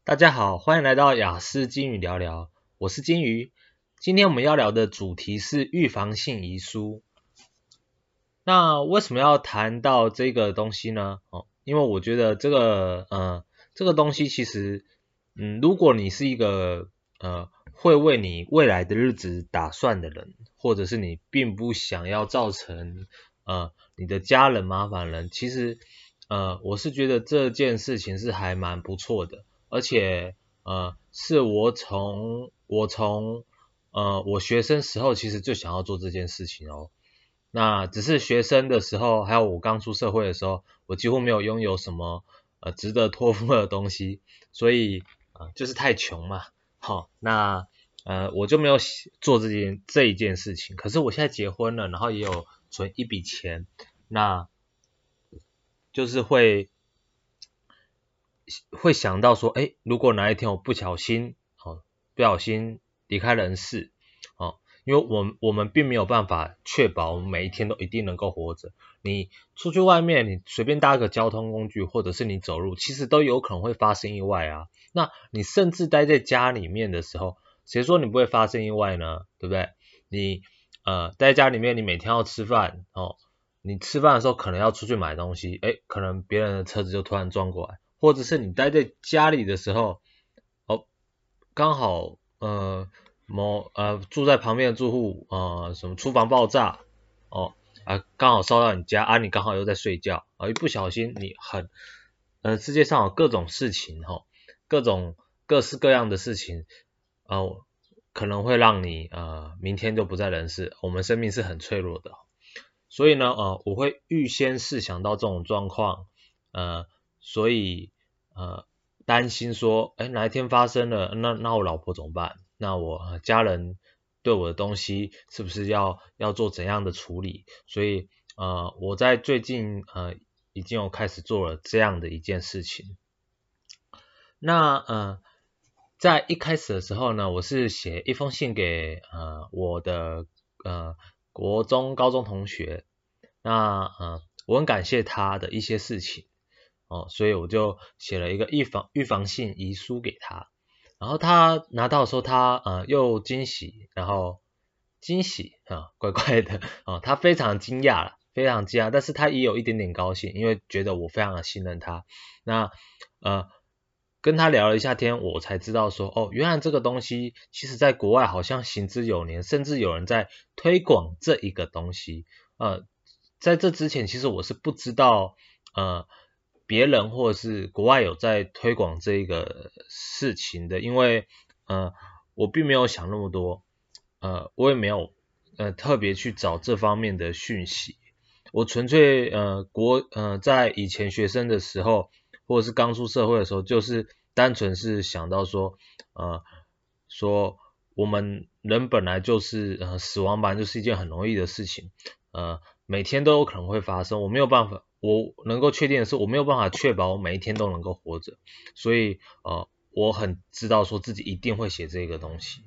大家好，欢迎来到雅思金鱼聊聊，我是金鱼。今天我们要聊的主题是预防性遗书。那为什么要谈到这个东西呢？因为我觉得这个东西其实，如果你是一个会为你未来的日子打算的人，或者是你并不想要造成你的家人麻烦人，其实我是觉得这件事情是还蛮不错的。而且是我学生时候其实就想要做这件事情哦。那只是学生的时候，还有我刚出社会的时候，我几乎没有拥有什么值得托付的东西，所以就是太穷嘛。好，那我就没有做这一件事情。可是我现在结婚了，然后也有存一笔钱，那就是会想到说，如果哪一天我不小心离开人世，因为我们并没有办法确保我们每一天都一定能够活着。你出去外面，你随便搭个交通工具，或者是你走路，其实都有可能会发生意外啊。那你甚至待在家里面的时候，谁说你不会发生意外呢？对不对？你待在家里面，你每天要吃饭你吃饭的时候可能要出去买东西，可能别人的车子就突然撞过来，或者是你待在家里的时候，刚好住在旁边的住户什么厨房爆炸刚好烧到你家你刚好又在睡觉一不小心世界上有各种事情各式各样的事情可能会让你明天就不在人世。我们生命是很脆弱的，所以呢我会预先试想到这种状况所以担心说哪一天发生了，那我老婆怎么办？那我家人对我的东西是不是要做怎样的处理？所以我在最近已经有开始做了这样的一件事情。那在一开始的时候呢，我是写一封信给我的国中高中同学。那我很感谢他的一些事情所以我就写了一个预防性遗书给他。然后他拿到的时候，他又惊喜，然后惊喜怪怪的他非常惊讶了，非常惊讶，但是他也有一点点高兴，因为觉得我非常的信任他。那跟他聊了一下天，我才知道说原来这个东西其实在国外好像行之有年，甚至有人在推广这一个东西。在这之前其实我是不知道别人或者是国外有在推广这一个事情的，因为我并没有想那么多，我也没有特别去找这方面的讯息。我纯粹在以前学生的时候，或者是刚出社会的时候，就是单纯是想到说我们人本来就是死亡本来就是一件很容易的事情，每天都有可能会发生，我能够确定的是我没有办法确保我每一天都能够活着，所以我很知道说自己一定会写这个东西。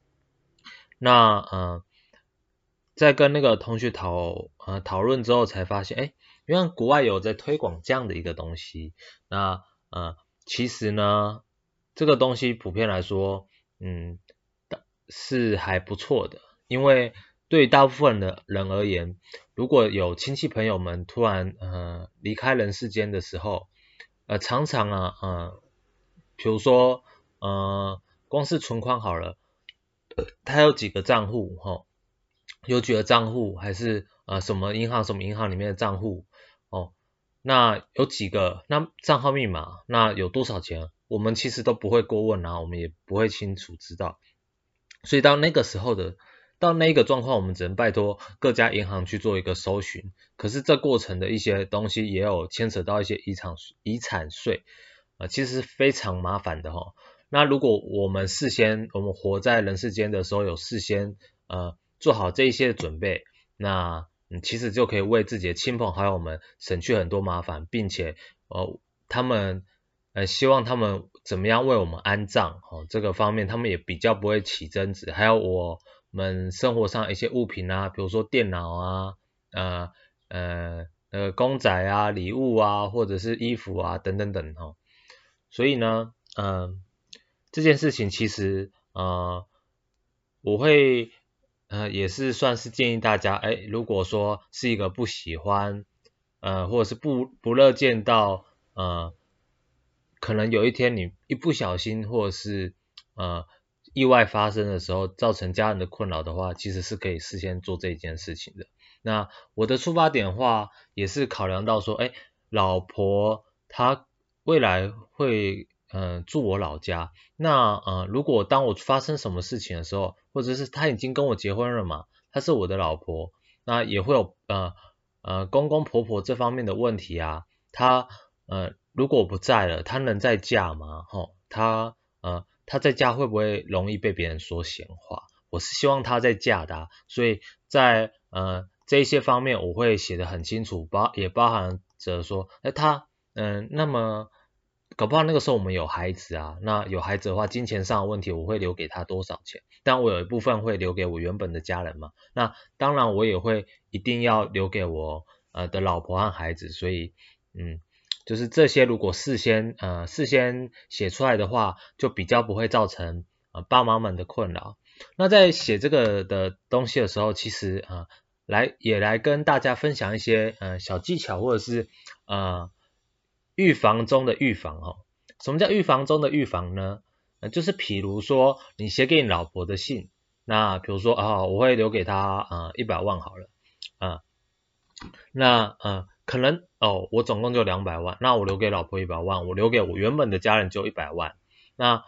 那在跟那个同学讨论之后才发现原来国外有在推广这样的一个东西。那其实呢这个东西普遍来说是还不错的，因为对于大部分的人而言，如果有亲戚朋友们突然离开人世间的时候常常比如说光是存款好了，他有几个账户有几个账户还是什么银行里面的账户那有几个那账号密码，那有多少钱，我们其实都不会过问我们也不会清楚知道。所以到那个状况，我们只能拜托各家银行去做一个搜寻。可是这过程的一些东西也有牵扯到一些遗产税其实是非常麻烦的那如果我们活在人世间的时候有事先做好这一些准备，那其实就可以为自己的亲朋好友们省去很多麻烦，并且他们希望他们怎么样为我们安葬这个方面他们也比较不会起争执。还有我们生活上一些物品比如说电脑公仔礼物或者是衣服等等等所以呢这件事情其实我会也是算是建议大家，如果说是一个不喜欢或者是不乐见到可能有一天你一不小心或者是意外发生的时候造成家人的困扰的话，其实是可以事先做这件事情的。那我的出发点的话也是考量到说，老婆她未来会住我老家，那如果当我发生什么事情的时候，或者是她已经跟我结婚了嘛，她是我的老婆，那也会有公公婆婆这方面的问题啊，她如果我不在了，她能再嫁吗？她在家会不会容易被别人说闲话？我是希望她在嫁的啊，所以在这一些方面我会写得很清楚，也包含着说，那么搞不好那个时候我们有孩子啊，那有孩子的话，金钱上的问题我会留给他多少钱？但我有一部分会留给我原本的家人嘛，那当然我也会一定要留给我的老婆和孩子，所以就是这些如果事先写出来的话，就比较不会造成爸妈们的困扰。那在写这个的东西的时候，其实来跟大家分享一些小技巧，或者是预防中的预防哦。什么叫预防中的预防呢？就是比如说你写给你老婆的信，那比如说我会留给她100万好了，那可能我总共就200万，那我留给老婆100万，我留给我原本的家人就100万，那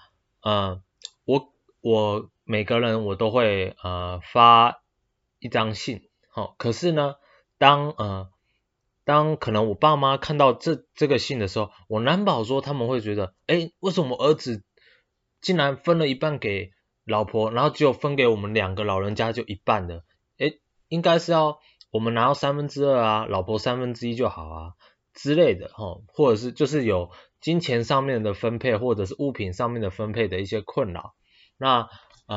我每个人我都会发一张信，可是呢，当可能我爸妈看到这个信的时候，我难保说他们会觉得，为什么儿子竟然分了一半给老婆，然后只有分给我们2个老人家就一半的，应该是要我们拿到2/3啊，老婆1/3就好啊之类的或者是就是有金钱上面的分配，或者是物品上面的分配的一些困扰，那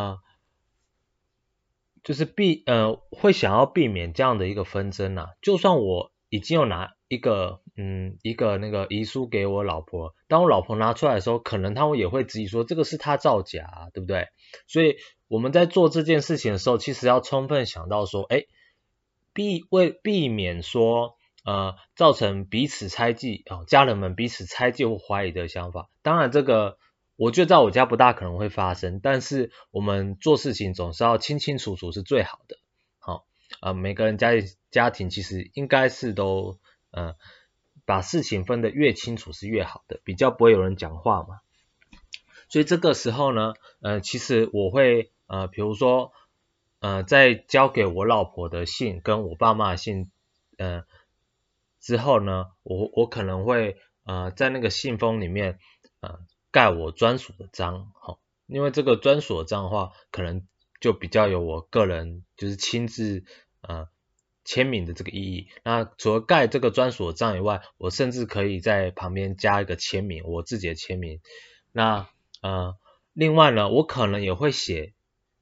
就是会想要避免这样的一个纷争啊，就算我已经有拿一个那个遗书给我老婆，当我老婆拿出来的时候，可能他们也会质疑说这个是他造假啊，对不对？所以我们在做这件事情的时候，其实要充分想到说，避免说造成彼此猜忌家人们彼此猜忌或怀疑的想法。当然这个我觉得在我家不大可能会发生，但是我们做事情总是要清清楚楚是最好的。每个人家庭其实应该是都把事情分得越清楚是越好的，比较不会有人讲话嘛。所以这个时候呢其实我会比如说在交给我老婆的信跟我爸妈的信之后呢，我可能会在那个信封里面盖我专属的章，因为这个专属的章的话，可能就比较有我个人就是亲自签名的这个意义。那除了盖这个专属的章以外，我甚至可以在旁边加一个签名，我自己的签名。那另外呢，我可能也会写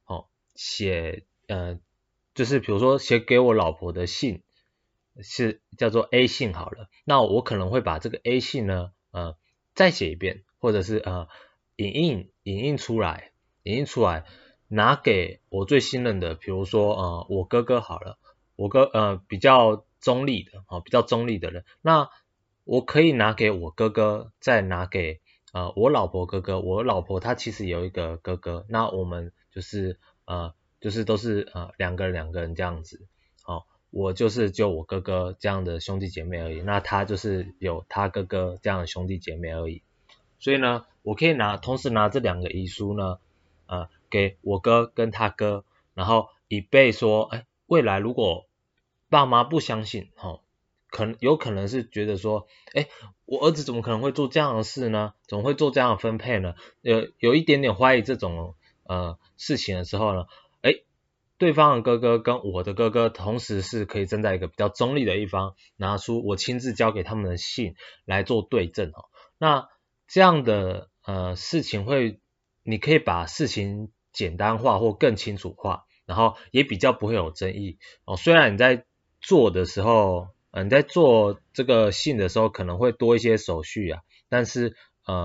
就是比如说写给我老婆的信是叫做 A 信好了，那我可能会把这个 A 信呢再写一遍，或者是影印出来拿给我最信任的，比如说我哥哥好了，我比较中立的人，那我可以拿给我哥哥，再拿给我老婆哥哥，我老婆她其实有一个哥哥，那我们就是都是两个人这样子，我就我哥哥这样的兄弟姐妹而已，那他就是有他哥哥这样的兄弟姐妹而已，所以呢，我可以同时拿这2个遗书呢给我哥跟他哥，然后以备说未来如果爸妈不相信有可能是觉得说我儿子怎么可能会做这样的事呢？怎么会做这样的分配呢？有一点点怀疑这种事情的时候呢，对方的哥哥跟我的哥哥同时是可以站在一个比较中立的一方，拿出我亲自交给他们的信来做对证那这样的事情你可以把事情简单化或更清楚化，然后也比较不会有争议虽然你在做的时候你在做这个信的时候可能会多一些手续啊，但是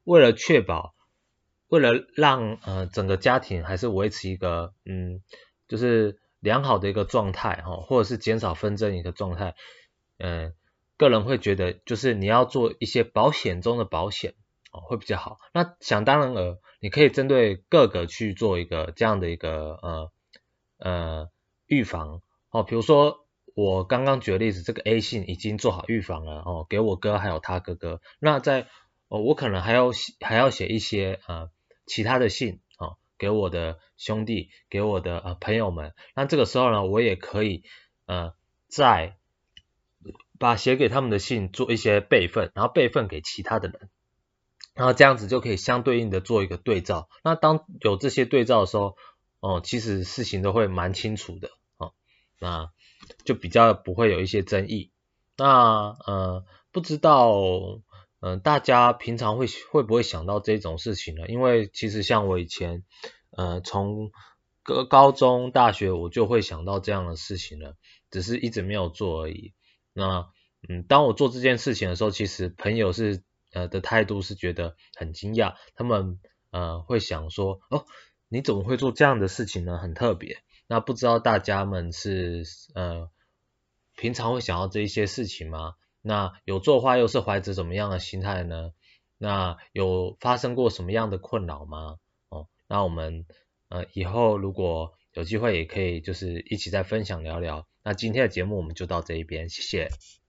为了确保，为了让整个家庭还是维持一个就是良好的一个状态或者是减少纷争一个状态，个人会觉得就是你要做一些保险中的保险会比较好。那想当然了，你可以针对各个去做一个这样的一个预防比如说我刚刚举的例子，这个 A 姓已经做好预防了给我哥还有他哥哥，那我可能还要写一些其他的信给我的兄弟，给我的朋友们，那这个时候呢，我也可以再把写给他们的信做一些备份，然后备份给其他的人，然后这样子就可以相对应的做一个对照。那当有这些对照的时候，其实事情都会蛮清楚的那就比较不会有一些争议。那不知道大家平常会不会想到这种事情呢？因为其实像我以前从高中、大学我就会想到这样的事情了，只是一直没有做而已。那当我做这件事情的时候，其实朋友的态度是觉得很惊讶，他们会想说你怎么会做这样的事情呢？很特别。那不知道大家们是平常会想到这一些事情吗？那有做的话又是怀着什么样的心态呢？那有发生过什么样的困扰吗？那我们以后如果有机会也可以就是一起再分享聊聊。那今天的节目我们就到这一边，谢谢。